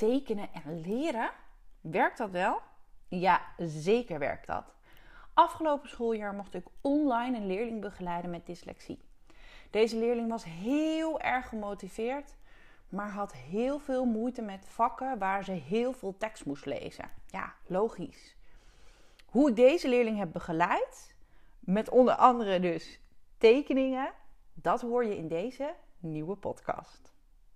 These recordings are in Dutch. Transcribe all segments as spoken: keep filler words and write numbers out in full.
tekenen en leren? Werkt dat wel? Ja, zeker werkt dat. Afgelopen schooljaar mocht ik online een leerling begeleiden met dyslexie. Deze leerling was heel erg gemotiveerd, maar had heel veel moeite met vakken waar ze heel veel tekst moest lezen. Ja, logisch. Hoe ik deze leerling heb begeleid, met onder andere dus tekeningen, dat hoor je in deze nieuwe podcast.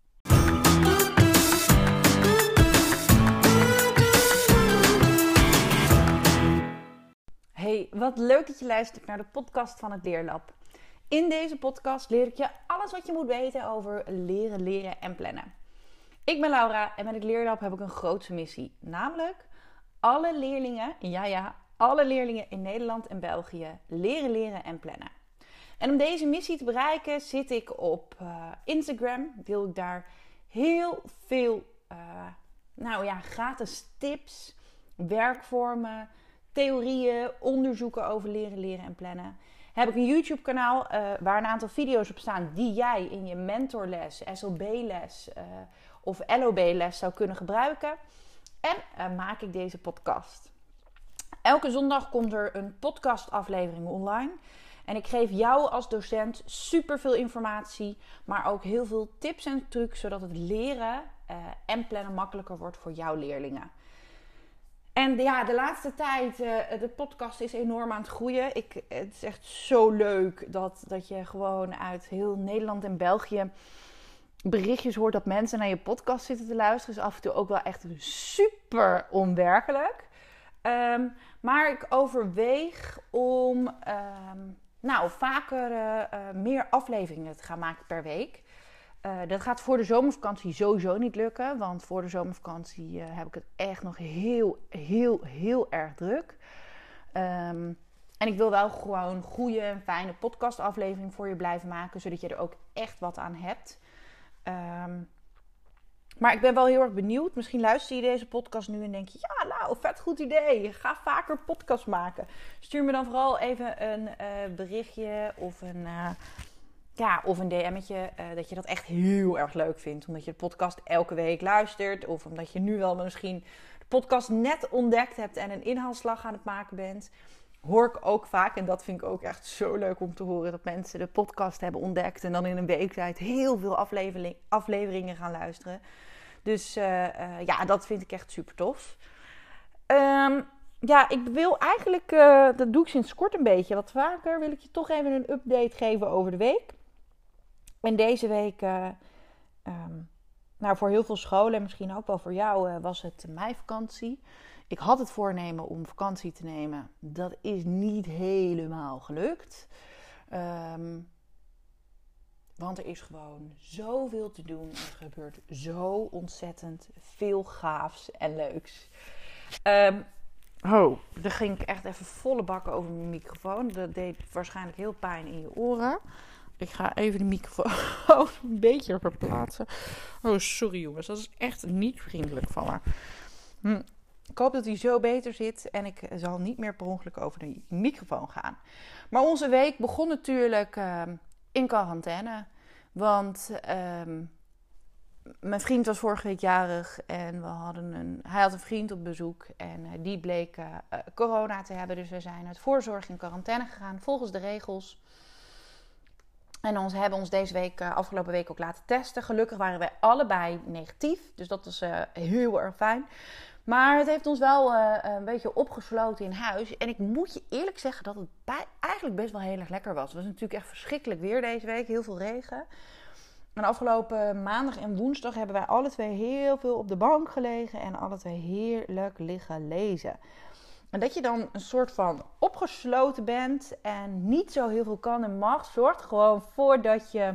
Hey, wat leuk dat je luistert naar de podcast van het Leerlab. In deze podcast leer ik je alles wat je moet weten over leren, leren en plannen. Ik ben Laura en met het Leerlab heb ik een grootse missie. Namelijk alle leerlingen, ja ja, alle leerlingen in Nederland en België leren, leren en plannen. En om deze missie te bereiken zit ik op uh, Instagram. Deel ik daar heel veel uh, nou ja, gratis tips, werkvormen, theorieën, onderzoeken over leren, leren en plannen. Heb ik een YouTube kanaal uh, waar een aantal video's op staan die jij in je mentorles, S L B-les uh, of L O B-les zou kunnen gebruiken. En uh, maak ik deze podcast. Elke zondag komt er een podcastaflevering online. En ik geef jou als docent superveel informatie, maar ook heel veel tips en trucs, zodat het leren uh, en plannen makkelijker wordt voor jouw leerlingen. En ja, de laatste tijd, uh, de podcast is enorm aan het groeien. Ik, het is echt zo leuk dat, dat je gewoon uit heel Nederland en België berichtjes hoort dat mensen naar je podcast zitten te luisteren. Is af en toe ook wel echt super onwerkelijk. Um, maar ik overweeg om um, nou, vaker uh, uh, meer afleveringen te gaan maken per week. Uh, dat gaat voor de zomervakantie sowieso niet lukken. Want voor de zomervakantie uh, heb ik het echt nog heel, heel, heel erg druk. Um, en ik wil wel gewoon goede en fijne podcastafleveringen voor je blijven maken. Zodat je er ook echt wat aan hebt. Um, maar ik ben wel heel erg benieuwd. Misschien luister je deze podcast nu en denk je... Ja, nou, vet goed idee. Ga vaker podcast maken. Stuur me dan vooral even een uh, berichtje of een... Uh, Ja, of een D M'tje, uh, dat je dat echt heel erg leuk vindt. Omdat je de podcast elke week luistert. Of omdat je nu wel misschien de podcast net ontdekt hebt en een inhaalslag aan het maken bent. Hoor ik ook vaak, en dat vind ik ook echt zo leuk om te horen, dat mensen de podcast hebben ontdekt. En dan in een week tijd heel veel aflevering, afleveringen gaan luisteren. Dus uh, uh, ja, dat vind ik echt super tof. Um, Ja, ik wil eigenlijk, uh, dat doe ik sinds kort een beetje. Wat vaker wil ik je toch even een update geven over de week. En deze week, uh, um, nou voor heel veel scholen en misschien ook wel voor jou, uh, was het meivakantie. Ik had het voornemen om vakantie te nemen. Dat is niet helemaal gelukt. Um, want er is gewoon zoveel te doen. Er gebeurt zo ontzettend veel gaafs en leuks. Um, Oh, daar ging ik echt even volle bakken over mijn microfoon. Dat deed waarschijnlijk heel pijn in je oren. Ik ga even de microfoon een beetje verplaatsen. Oh, sorry jongens. Dat is echt niet vriendelijk van me. Hm. Ik hoop dat hij zo beter zit. En ik zal niet meer per ongeluk over de microfoon gaan. Maar onze week begon natuurlijk uh, in quarantaine. Want... Uh, Mijn vriend was vorige week jarig en we hadden een, hij had een vriend op bezoek en uh, die bleek uh, corona te hebben. Dus we zijn uit voorzorg in quarantaine gegaan volgens de regels. En ons hebben ons deze week, uh, afgelopen week ook laten testen. Gelukkig waren wij allebei negatief, dus dat was uh, heel erg fijn. Maar het heeft ons wel uh, een beetje opgesloten in huis. En ik moet je eerlijk zeggen dat het bij, eigenlijk best wel heel erg lekker was. Het was natuurlijk echt verschrikkelijk weer deze week, heel veel regen. En afgelopen maandag en woensdag hebben wij alle twee heel veel op de bank gelegen en alle twee heerlijk liggen lezen. En dat je dan een soort van opgesloten bent en niet zo heel veel kan en mag, zorgt gewoon voor dat je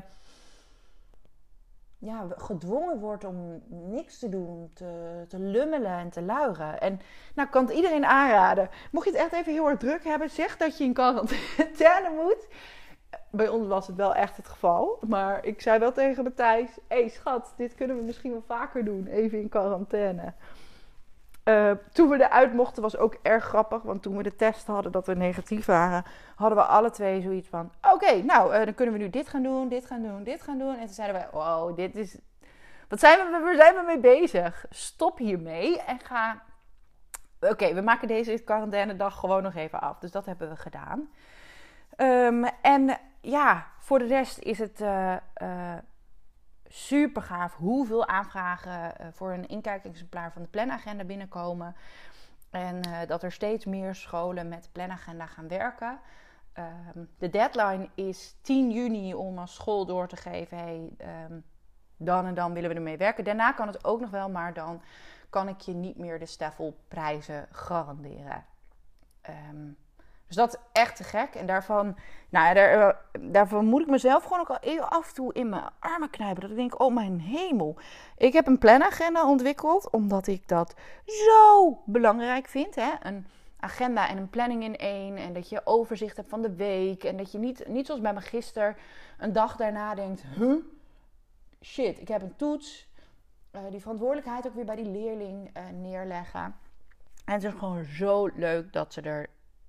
ja, gedwongen wordt om niks te doen, te, te lummelen en te luieren. En nou, ik kan het iedereen aanraden. Mocht je het echt even heel erg druk hebben, zeg dat je in quarantaine moet. Bij ons was het wel echt het geval. Maar ik zei wel tegen Matthijs... Hé hey, schat, dit kunnen we misschien wel vaker doen. Even in quarantaine. Uh, toen we eruit mochten was ook erg grappig. Want toen we de test hadden dat we negatief waren... hadden we alle twee zoiets van... Oké, okay, nou, uh, dan kunnen we nu dit gaan doen, dit gaan doen, dit gaan doen. En toen zeiden wij... Wow, dit is Wat zijn we, waar zijn we mee bezig? Stop hiermee en ga... Oké, okay, we maken deze quarantainedag gewoon nog even af. Dus dat hebben we gedaan. Um, en ja, voor de rest is het uh, uh, super gaaf hoeveel aanvragen uh, voor een inkijkexemplaar van de planagenda binnenkomen. En uh, dat er steeds meer scholen met de planagenda gaan werken. Um, de deadline is tien juni om als school door te geven... Hey, um, dan en dan willen we ermee werken. Daarna kan het ook nog wel, maar dan kan ik je niet meer de Staffel-prijzen garanderen. Um, dus dat is echt te gek. En daarvan, nou ja, daar, uh, daarvan moet ik mezelf gewoon ook al even af en toe in mijn armen knijpen. Dat ik denk, oh mijn hemel. Ik heb een planagenda ontwikkeld, omdat ik dat zo belangrijk vind. Hè? Een agenda en een planning in één. En dat je overzicht hebt van de week. En dat je niet, niet zoals bij me gisteren, een dag daarna denkt... Huh? Shit, ik heb een toets. Uh, die verantwoordelijkheid ook weer bij die leerling uh, neerleggen. En het is gewoon zo leuk dat ze er...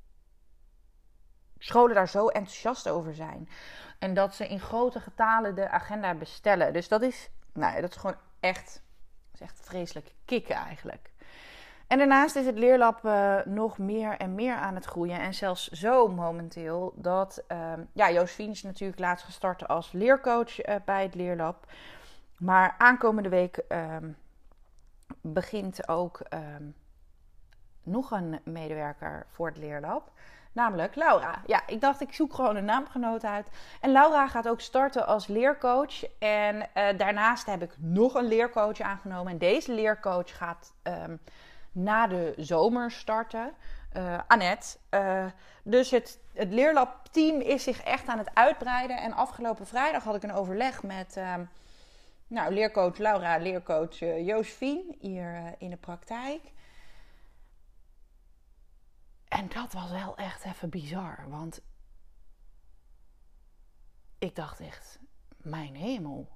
scholen daar zo enthousiast over zijn. En dat ze in grote getalen de agenda bestellen. Dus dat is, nou ja, dat is gewoon echt, dat is echt vreselijk kicken eigenlijk. En daarnaast is het Leerlab uh, nog meer en meer aan het groeien. En zelfs zo momenteel dat... Uh, ja, Joosfien is natuurlijk laatst gestart als leercoach uh, bij het Leerlab. Maar aankomende week uh, begint ook uh, nog een medewerker voor het Leerlab. Namelijk Laura. Ja, ik dacht ik zoek gewoon een naamgenoot uit. En Laura gaat ook starten als leercoach. En uh, daarnaast heb ik nog een leercoach aangenomen. En deze leercoach gaat... Um, na de zomer starten. Uh, Annette. Uh, dus het, het Leerlab-team is zich echt aan het uitbreiden. En afgelopen vrijdag had ik een overleg met uh, nou, leercoach Laura, leercoach uh, Joosfien hier uh, in de praktijk. En dat was wel echt even bizar. Want ik dacht echt, mijn hemel.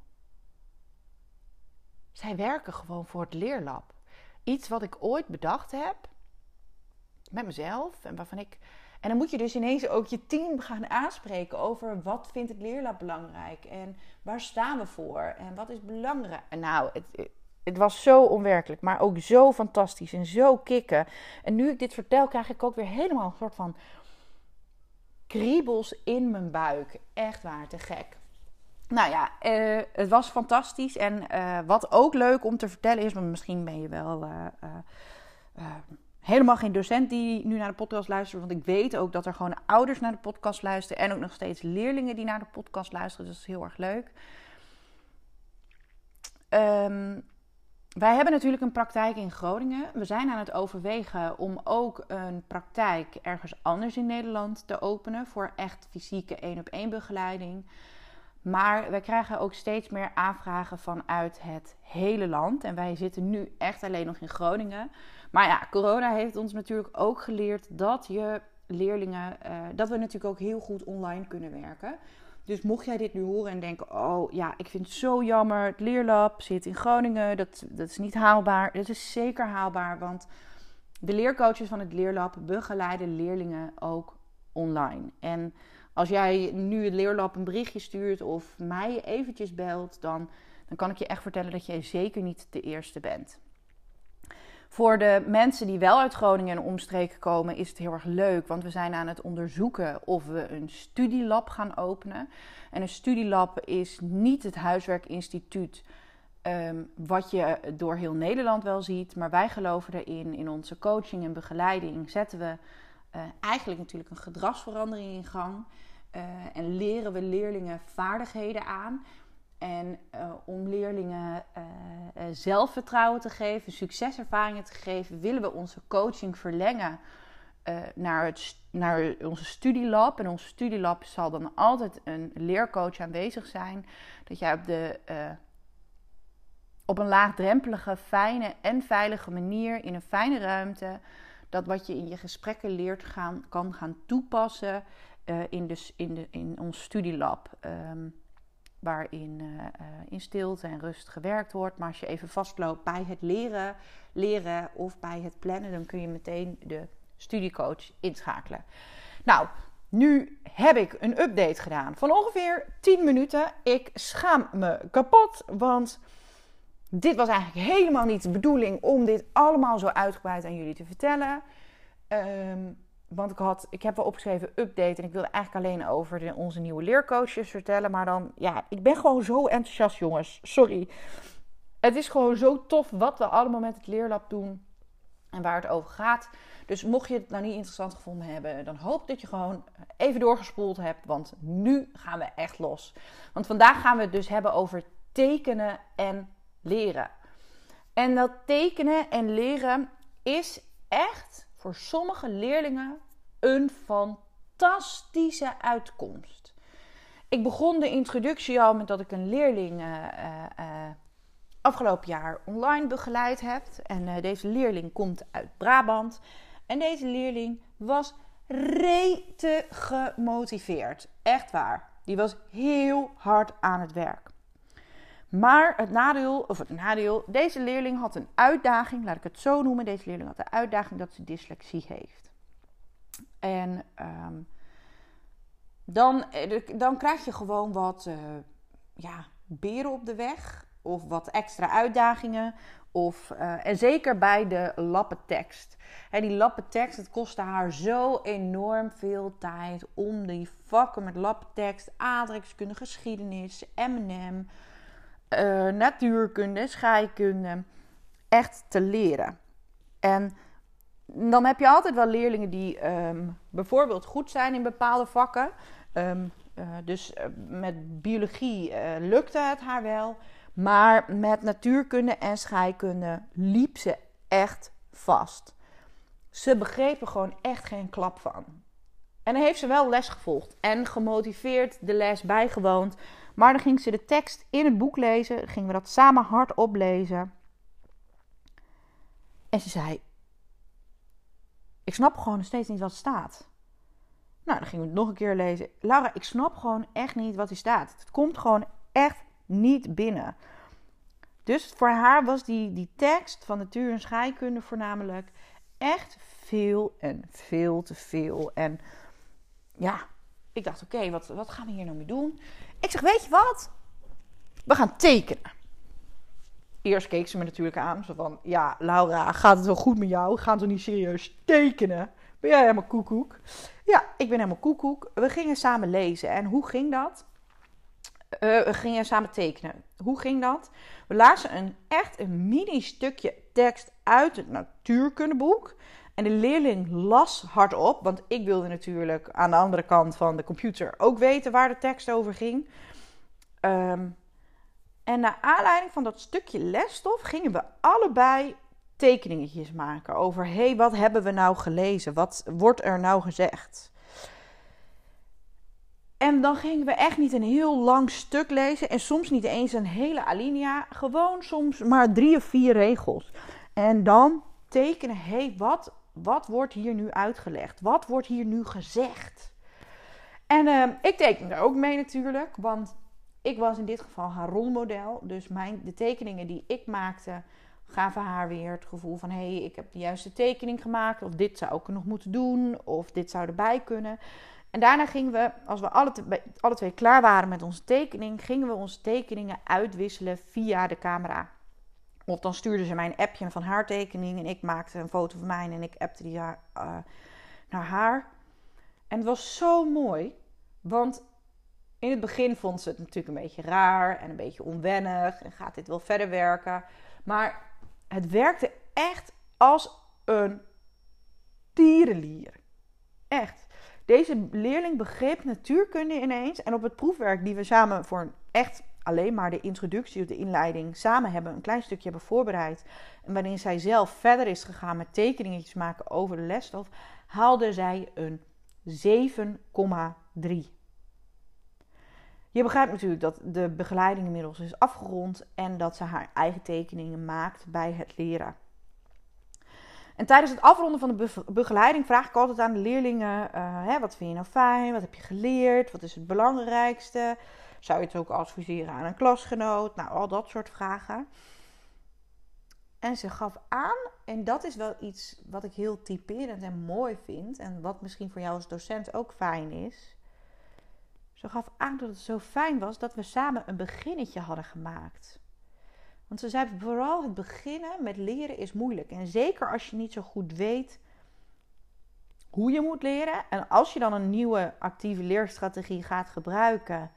Zij werken gewoon voor het Leerlab. Iets wat ik ooit bedacht heb met mezelf en waarvan ik... En dan moet je dus ineens ook je team gaan aanspreken over wat vindt het Leerlab belangrijk en waar staan we voor en wat is belangrijk. En nou, het, het was zo onwerkelijk, maar ook zo fantastisch en zo kicken. En nu ik dit vertel, krijg ik ook weer helemaal een soort van kriebels in mijn buik. Echt waar, te gek. Nou ja, uh, het was fantastisch. En uh, wat ook leuk om te vertellen is... want misschien ben je wel uh, uh, uh, helemaal geen docent die nu naar de podcast luistert. Want ik weet ook dat er gewoon ouders naar de podcast luisteren. En ook nog steeds leerlingen die naar de podcast luisteren. Dus dat is heel erg leuk. Um, wij hebben natuurlijk een praktijk in Groningen. We zijn aan het overwegen om ook een praktijk ergens anders in Nederland te openen. Voor echt fysieke één op één begeleiding. Maar wij krijgen ook steeds meer aanvragen vanuit het hele land. En wij zitten nu echt alleen nog in Groningen. Maar ja, corona heeft ons natuurlijk ook geleerd dat je leerlingen... Uh, dat we natuurlijk ook heel goed online kunnen werken. Dus mocht jij dit nu horen en denken... oh ja, ik vind het zo jammer. Het Leerlab zit in Groningen. Dat, dat is niet haalbaar. Dat is zeker haalbaar. Want de leercoaches van het Leerlab begeleiden leerlingen ook online. En... als jij nu het Leerlab een berichtje stuurt of mij eventjes belt... Dan, dan kan ik je echt vertellen dat je zeker niet de eerste bent. Voor de mensen die wel uit Groningen en omstreken komen is het heel erg leuk. Want we zijn aan het onderzoeken of we een studielab gaan openen. En een studielab is niet het huiswerkinstituut... Um, wat je door heel Nederland wel ziet. Maar wij geloven erin, in onze coaching en begeleiding zetten we... Uh, eigenlijk natuurlijk een gedragsverandering in gang. Uh, en leren we leerlingen vaardigheden aan. En uh, om leerlingen uh, uh, zelfvertrouwen te geven, succeservaringen te geven, willen we onze coaching verlengen uh, naar, het, naar onze studielab. En onze studielab zal dan altijd een leercoach aanwezig zijn. Dat jij op, de, uh, op een laagdrempelige, fijne en veilige manier in een fijne ruimte... dat wat je in je gesprekken leert gaan, kan gaan toepassen uh, in, de, in, de, in ons studielab. Um, waarin uh, uh, in stilte en rust gewerkt wordt. Maar als je even vastloopt bij het leren, leren of bij het plannen... dan kun je meteen de studiecoach inschakelen. Nou, nu heb ik een update gedaan van ongeveer tien minuten. Ik schaam me kapot, want... dit was eigenlijk helemaal niet de bedoeling om dit allemaal zo uitgebreid aan jullie te vertellen. Um, want ik, had, ik heb wel opgeschreven update en ik wilde eigenlijk alleen over de, onze nieuwe leercoaches vertellen. Maar dan, ja, ik ben gewoon zo enthousiast, jongens. Sorry. Het is gewoon zo tof wat we allemaal met het Leerlab doen en waar het over gaat. Dus mocht je het nou niet interessant gevonden hebben, dan hoop ik dat je gewoon even doorgespoeld hebt. Want nu gaan we echt los. Want vandaag gaan we het dus hebben over tekenen en leren. En dat tekenen en leren is echt voor sommige leerlingen een fantastische uitkomst. Ik begon de introductie al met dat ik een leerling uh, uh, uh, afgelopen jaar online begeleid heb. En uh, deze leerling komt uit Brabant. En deze leerling was rete gemotiveerd. Echt waar. Die was heel hard aan het werk. Maar het nadeel, of het nadeel, deze leerling had een uitdaging, laat ik het zo noemen. Deze leerling had de uitdaging dat ze dyslexie heeft. En um, dan, dan krijg je gewoon wat uh, ja, beren op de weg. Of wat extra uitdagingen. Of, uh, en zeker bij de lappentekst. He, die lappentekst, het kostte haar zo enorm veel tijd om die vakken met lappentekst, aardrijkskunde, geschiedenis, M en M, uh, natuurkunde, scheikunde echt te leren. En dan heb je altijd wel leerlingen die um, bijvoorbeeld goed zijn in bepaalde vakken. Um, uh, dus uh, met biologie uh, lukte het haar wel. Maar met natuurkunde en scheikunde liep ze echt vast. Ze begrepen gewoon echt geen klap van. En dan heeft ze wel les gevolgd en gemotiveerd de les bijgewoond. Maar dan ging ze de tekst in het boek lezen. Dan gingen we dat samen hardop lezen. En ze zei: ik snap gewoon nog steeds niet wat er staat. Nou, dan gingen we het nog een keer lezen. Laura, ik snap gewoon echt niet wat er staat. Het komt gewoon echt niet binnen. Dus voor haar was die, die tekst van natuur en scheikunde voornamelijk echt veel en veel te veel. En ja, ik dacht, oké, okay, wat, wat gaan we hier nou mee doen? Ik zeg, weet je wat? We gaan tekenen. Eerst keek ze me natuurlijk aan. Zo van, ja, Laura, gaat het wel goed met jou? Gaan we niet serieus tekenen? Ben jij helemaal koekoek? Ja, ik ben helemaal koekoek. We gingen samen lezen. En hoe ging dat? Uh, we gingen samen tekenen. Hoe ging dat? We lazen een, echt een mini stukje tekst uit het natuurkundeboek. En de leerling las hardop. Want ik wilde natuurlijk aan de andere kant van de computer ook weten waar de tekst over ging. Um, en naar aanleiding van dat stukje lesstof gingen we allebei tekeningetjes maken. Over, hé, hey, wat hebben we nou gelezen? Wat wordt er nou gezegd? En dan gingen we echt niet een heel lang stuk lezen. En soms niet eens een hele alinea. Gewoon soms maar drie of vier regels. En dan tekenen. Hé, hey, wat, wat wordt hier nu uitgelegd? Wat wordt hier nu gezegd? En uh, ik tekende ook mee natuurlijk. Want ik was in dit geval haar rolmodel. Dus mijn, de tekeningen die ik maakte gaven haar weer het gevoel van, hé, hey, ik heb de juiste tekening gemaakt. Of dit zou ik nog moeten doen. Of dit zou erbij kunnen. En daarna gingen we, als we alle, te, alle twee klaar waren met onze tekening, gingen we onze tekeningen uitwisselen via de camera. Of dan stuurde ze mij een appje van haar tekening en ik maakte een foto van mij en ik appte die haar, uh, naar haar. En het was zo mooi, want in het begin vond ze het natuurlijk een beetje raar en een beetje onwennig. En gaat dit wel verder werken? Maar het werkte echt als een tierenlier. Echt. Deze leerling begreep natuurkunde ineens. En op het proefwerk die we samen voor een echt alleen maar de introductie of de inleiding samen hebben, een klein stukje hebben voorbereid. En waarin zij zelf verder is gegaan met tekeningetjes maken over de lesstof, haalde zij een zeven komma drie. Je begrijpt natuurlijk dat de begeleiding inmiddels is afgerond en dat ze haar eigen tekeningen maakt bij het leren. En tijdens het afronden van de begeleiding vraag ik altijd aan de leerlingen, uh, hè, wat vind je nou fijn? Wat heb je geleerd? Wat is het belangrijkste? Zou je het ook adviseren aan een klasgenoot? Nou, al dat soort vragen. En ze gaf aan, en dat is wel iets wat ik heel typerend en mooi vind, en wat misschien voor jou als docent ook fijn is. Ze gaf aan dat het zo fijn was dat we samen een beginnetje hadden gemaakt. Want ze zei vooral het beginnen met leren is moeilijk. En zeker als je niet zo goed weet hoe je moet leren. En als je dan een nieuwe actieve leerstrategie gaat gebruiken,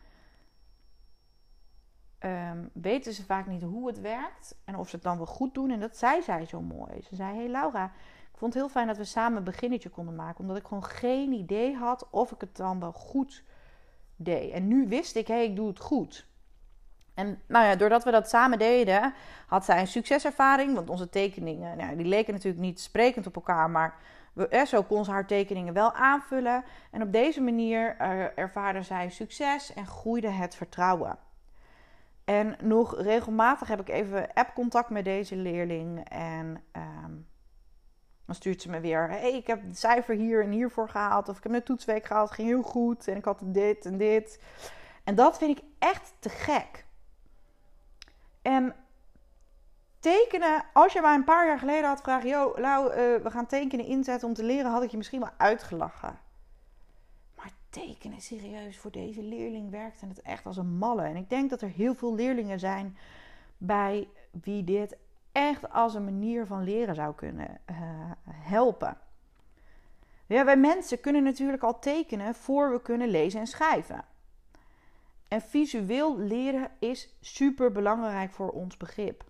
um, weten ze vaak niet hoe het werkt. En of ze het dan wel goed doen. En dat zei zij zo mooi. Ze zei, hey Laura, ik vond het heel fijn dat we samen een beginnetje konden maken. Omdat ik gewoon geen idee had of ik het dan wel goed deed. En nu wist ik, hé, hey, ik doe het goed. En nou ja, doordat we dat samen deden, had zij een succeservaring. Want onze tekeningen, nou, die leken natuurlijk niet sprekend op elkaar. Maar we, eh, zo kon ze haar tekeningen wel aanvullen. En op deze manier uh, ervaarde zij succes en groeide het vertrouwen. En nog regelmatig heb ik even appcontact met deze leerling. En um, dan stuurt ze me weer, hey, ik heb het cijfer hier en hiervoor gehaald. Of ik heb mijn toetsweek gehaald, het ging heel goed. En ik had dit en dit. En dat vind ik echt te gek. En tekenen, als je mij een paar jaar geleden had gevraagd, yo, Lau, uh, we gaan tekenen inzetten om te leren, had ik je misschien wel uitgelachen. Maar tekenen serieus voor deze leerling werkte het echt als een malle. En ik denk dat er heel veel leerlingen zijn bij wie dit echt als een manier van leren zou kunnen uh, helpen. Ja, wij mensen kunnen natuurlijk al tekenen voor we kunnen lezen en schrijven. En visueel leren is super belangrijk voor ons begrip.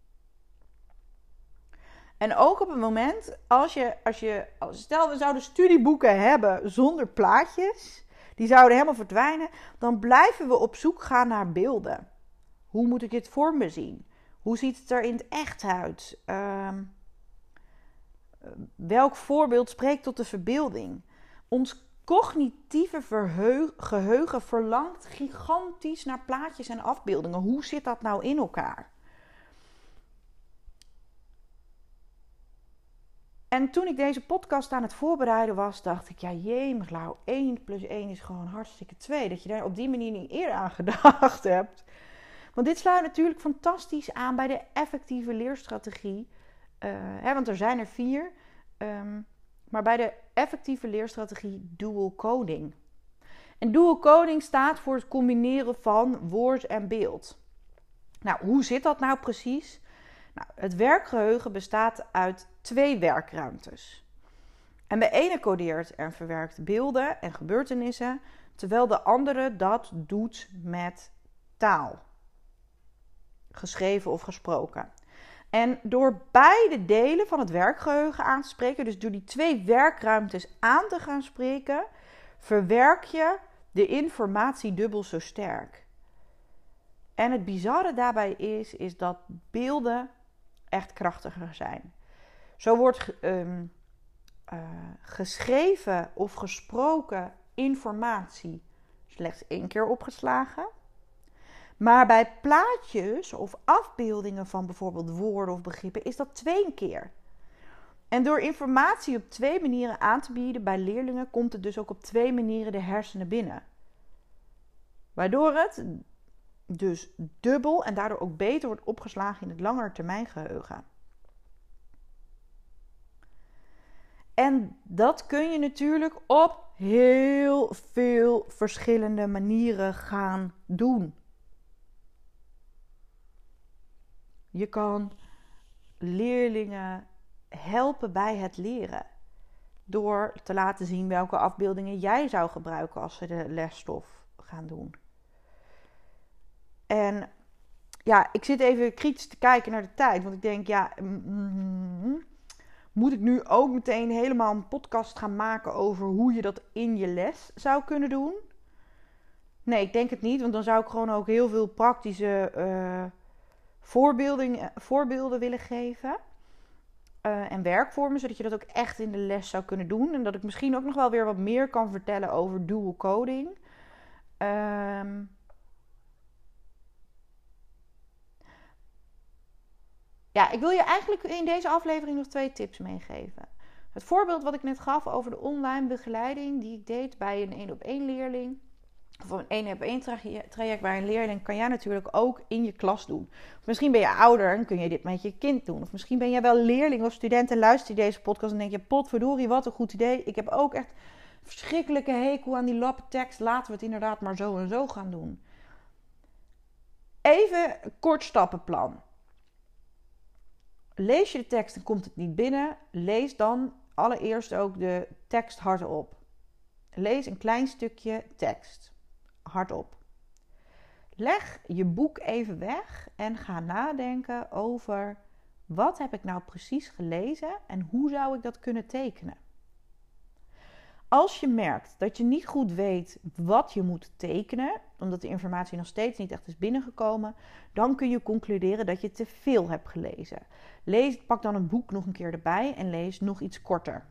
En ook op het moment, als je, als je, stel we zouden studieboeken hebben zonder plaatjes, die zouden helemaal verdwijnen, dan blijven we op zoek gaan naar beelden. Hoe moet ik dit voor me zien? Hoe ziet het er in het echt uit? Uh, welk voorbeeld spreekt tot de verbeelding? Ons cognitieve verheug, geheugen verlangt gigantisch naar plaatjes en afbeeldingen. Hoe zit dat nou in elkaar? En toen ik deze podcast aan het voorbereiden was, dacht ik, ja jee, Lau, één plus één is gewoon hartstikke twee. Dat je daar op die manier niet eerder aan gedacht hebt. Want dit sluit natuurlijk fantastisch aan bij de effectieve leerstrategie. Uh, hè, want er zijn er vier. Um, maar bij de effectieve leerstrategie dual coding. En dual coding staat voor het combineren van woord en beeld. Nou, hoe zit dat nou precies? Nou, het werkgeheugen bestaat uit twee werkruimtes. En de ene codeert en verwerkt beelden en gebeurtenissen, terwijl de andere dat doet met taal. Geschreven of gesproken. En door beide delen van het werkgeheugen aan te spreken, dus door die twee werkruimtes aan te gaan spreken, verwerk je de informatie dubbel zo sterk. En het bizarre daarbij is, is dat beelden echt krachtiger zijn. Zo wordt um, uh, geschreven of gesproken informatie slechts één keer opgeslagen. Maar bij plaatjes of afbeeldingen van bijvoorbeeld woorden of begrippen is dat twee keer. En door informatie op twee manieren aan te bieden bij leerlingen komt het dus ook op twee manieren de hersenen binnen. Waardoor het dus dubbel en daardoor ook beter wordt opgeslagen in het langetermijngeheugen. En dat kun je natuurlijk op heel veel verschillende manieren gaan doen. Je kan leerlingen helpen bij het leren. Door te laten zien welke afbeeldingen jij zou gebruiken als ze de lesstof gaan doen. En ja, ik zit even kritisch te kijken naar de tijd. Want ik denk, ja, mm, moet ik nu ook meteen helemaal een podcast gaan maken over hoe je dat in je les zou kunnen doen? Nee, ik denk het niet. Want dan zou ik gewoon ook heel veel praktische uh, voorbeelden, voorbeelden willen geven. Uh, en werkvormen, zodat je dat ook echt in de les zou kunnen doen. En dat ik misschien ook nog wel weer wat meer kan vertellen over dual coding. Um, Ja, ik wil je eigenlijk in deze aflevering nog twee tips meegeven. Het voorbeeld wat ik net gaf over de online begeleiding die ik deed bij een één op één leerling. Of een één op één traject bij een leerling kan jij natuurlijk ook in je klas doen. Of misschien ben je ouder en kun je dit met je kind doen. Of misschien ben jij wel leerling of student en luister je deze podcast en denk je, potverdorie, wat een goed idee. Ik heb ook echt verschrikkelijke hekel aan die lappentekst. Laten we het inderdaad maar zo en zo gaan doen. Even een kort stappenplan. Lees je de tekst en komt het niet binnen, lees dan allereerst ook de tekst hardop. Lees een klein stukje tekst hardop. Leg je boek even weg en ga nadenken over wat heb ik nou precies gelezen en hoe zou ik dat kunnen tekenen. Als je merkt dat je niet goed weet wat je moet tekenen, omdat de informatie nog steeds niet echt is binnengekomen, dan kun je concluderen dat je te veel hebt gelezen. Lees, pak dan een boek nog een keer erbij en lees nog iets korter.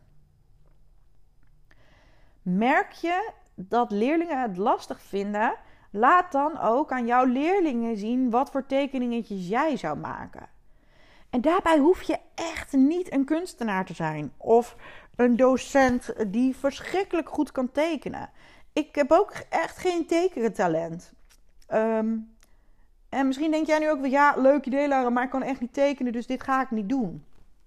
Merk je dat leerlingen het lastig vinden? Laat dan ook aan jouw leerlingen zien wat voor tekeningetjes jij zou maken. En daarbij hoef je echt niet een kunstenaar te zijn of een docent die verschrikkelijk goed kan tekenen. Ik heb ook echt geen tekentalent. Um, en misschien denk jij nu ook wel, ja, leuk idee Laura, maar ik kan echt niet tekenen, dus dit ga ik niet doen.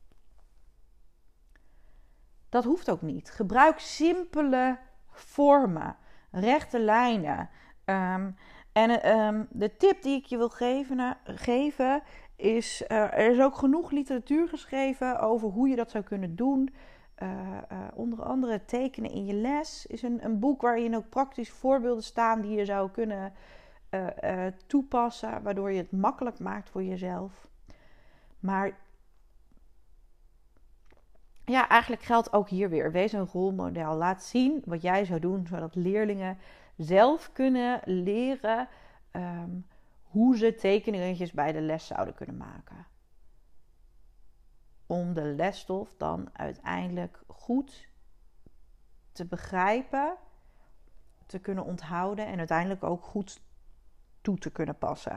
Dat hoeft ook niet. Gebruik simpele vormen, rechte lijnen. Um, en um, de tip die ik je wil geven, uh, geven is, uh, er is ook genoeg literatuur geschreven over hoe je dat zou kunnen doen. Uh, uh, onder andere Tekenen in je les is een, een boek waarin ook praktische voorbeelden staan die je zou kunnen uh, uh, toepassen, waardoor je het makkelijk maakt voor jezelf. Maar ja, eigenlijk geldt ook hier weer. Wees een rolmodel. Laat zien wat jij zou doen, zodat leerlingen zelf kunnen leren um, hoe ze tekeningetjes bij de les zouden kunnen maken. Om de lesstof dan uiteindelijk goed te begrijpen, te kunnen onthouden en uiteindelijk ook goed toe te kunnen passen.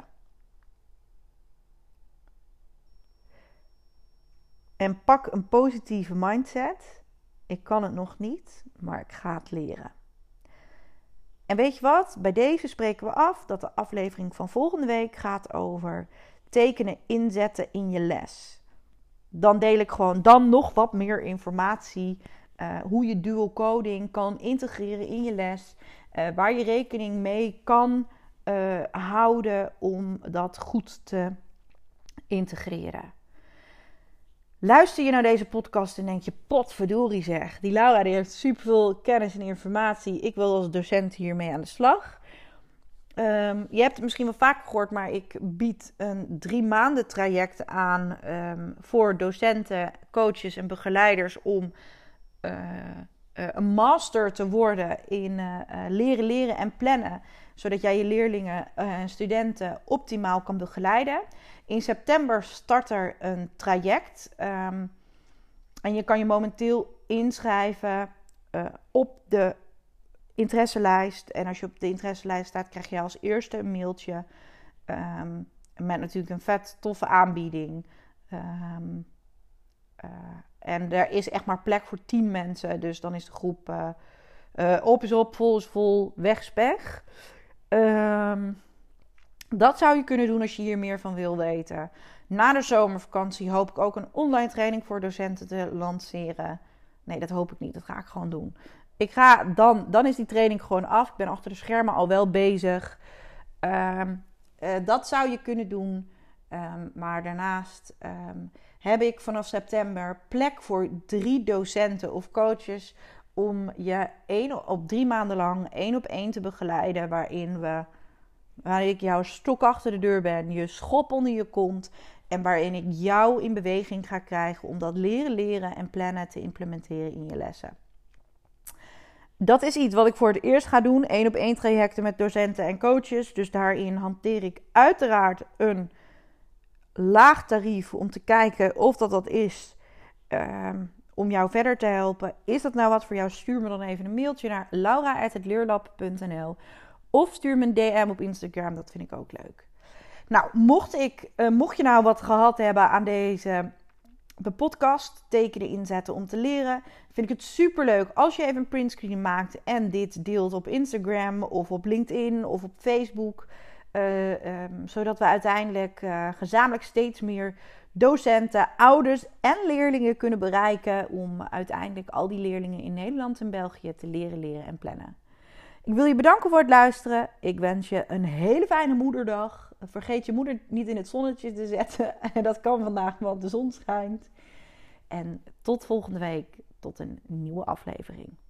En pak een positieve mindset. Ik kan het nog niet, maar ik ga het leren. En weet je wat? Bij deze spreken we af dat de aflevering van volgende week gaat over tekenen inzetten in je les. Dan deel ik gewoon dan nog wat meer informatie. Uh, hoe je dual coding kan integreren in je les. Uh, waar je rekening mee kan uh, houden om dat goed te integreren. Luister je naar deze podcast en denk je, potverdorie zeg. Die Laura die heeft superveel kennis en informatie. Ik wil als docent hiermee aan de slag. Um, je hebt het misschien wel vaker gehoord, maar ik bied een drie maanden traject aan um, voor docenten, coaches en begeleiders om uh, uh, een master te worden in uh, uh, leren, leren en plannen. Zodat jij je leerlingen en uh, studenten optimaal kan begeleiden. In september start er een traject. Um, en je kan je momenteel inschrijven uh, op de interesselijst. En als je op de interesselijst staat, krijg je als eerste een mailtje. Um, met natuurlijk een vet toffe aanbieding. Um, uh, en er is echt maar plek voor tien mensen. Dus dan is de groep uh, uh, op is op, vol is vol, weg is weg. Um, dat zou je kunnen doen als je hier meer van wil weten. Na de zomervakantie hoop ik ook een online training voor docenten te lanceren. Nee, dat hoop ik niet. Dat ga ik gewoon doen. Ik ga dan, dan is die training gewoon af. Ik ben achter de schermen al wel bezig. Um, uh, dat zou je kunnen doen. Um, maar daarnaast um, heb ik vanaf september plek voor drie docenten of coaches om je één, op drie maanden lang één op één te begeleiden. Waarin we, waarin ik jouw stok achter de deur ben, je schop onder je kont. En waarin ik jou in beweging ga krijgen om dat leren, leren en plannen te implementeren in je lessen. Dat is iets wat ik voor het eerst ga doen. één op één trajecten met docenten en coaches. Dus daarin hanteer ik uiteraard een laag tarief om te kijken of dat dat is. Um, om jou verder te helpen. Is dat nou wat voor jou? Stuur me dan even een mailtje naar laura at het leerlab punt n l. Of stuur me een D M op Instagram. Dat vind ik ook leuk. Nou, mocht, ik, uh, mocht je nou wat gehad hebben aan deze de podcast tekenen inzetten om te leren, vind ik het superleuk als je even een printscreen maakt en dit deelt op Instagram of op LinkedIn of op Facebook. Uh, um, zodat we uiteindelijk uh, gezamenlijk steeds meer docenten, ouders en leerlingen kunnen bereiken om uiteindelijk al die leerlingen in Nederland en België te leren, leren en plannen. Ik wil je bedanken voor het luisteren. Ik wens je een hele fijne moederdag. Vergeet je moeder niet in het zonnetje te zetten. En dat kan vandaag, want de zon schijnt. En tot volgende week, tot een nieuwe aflevering.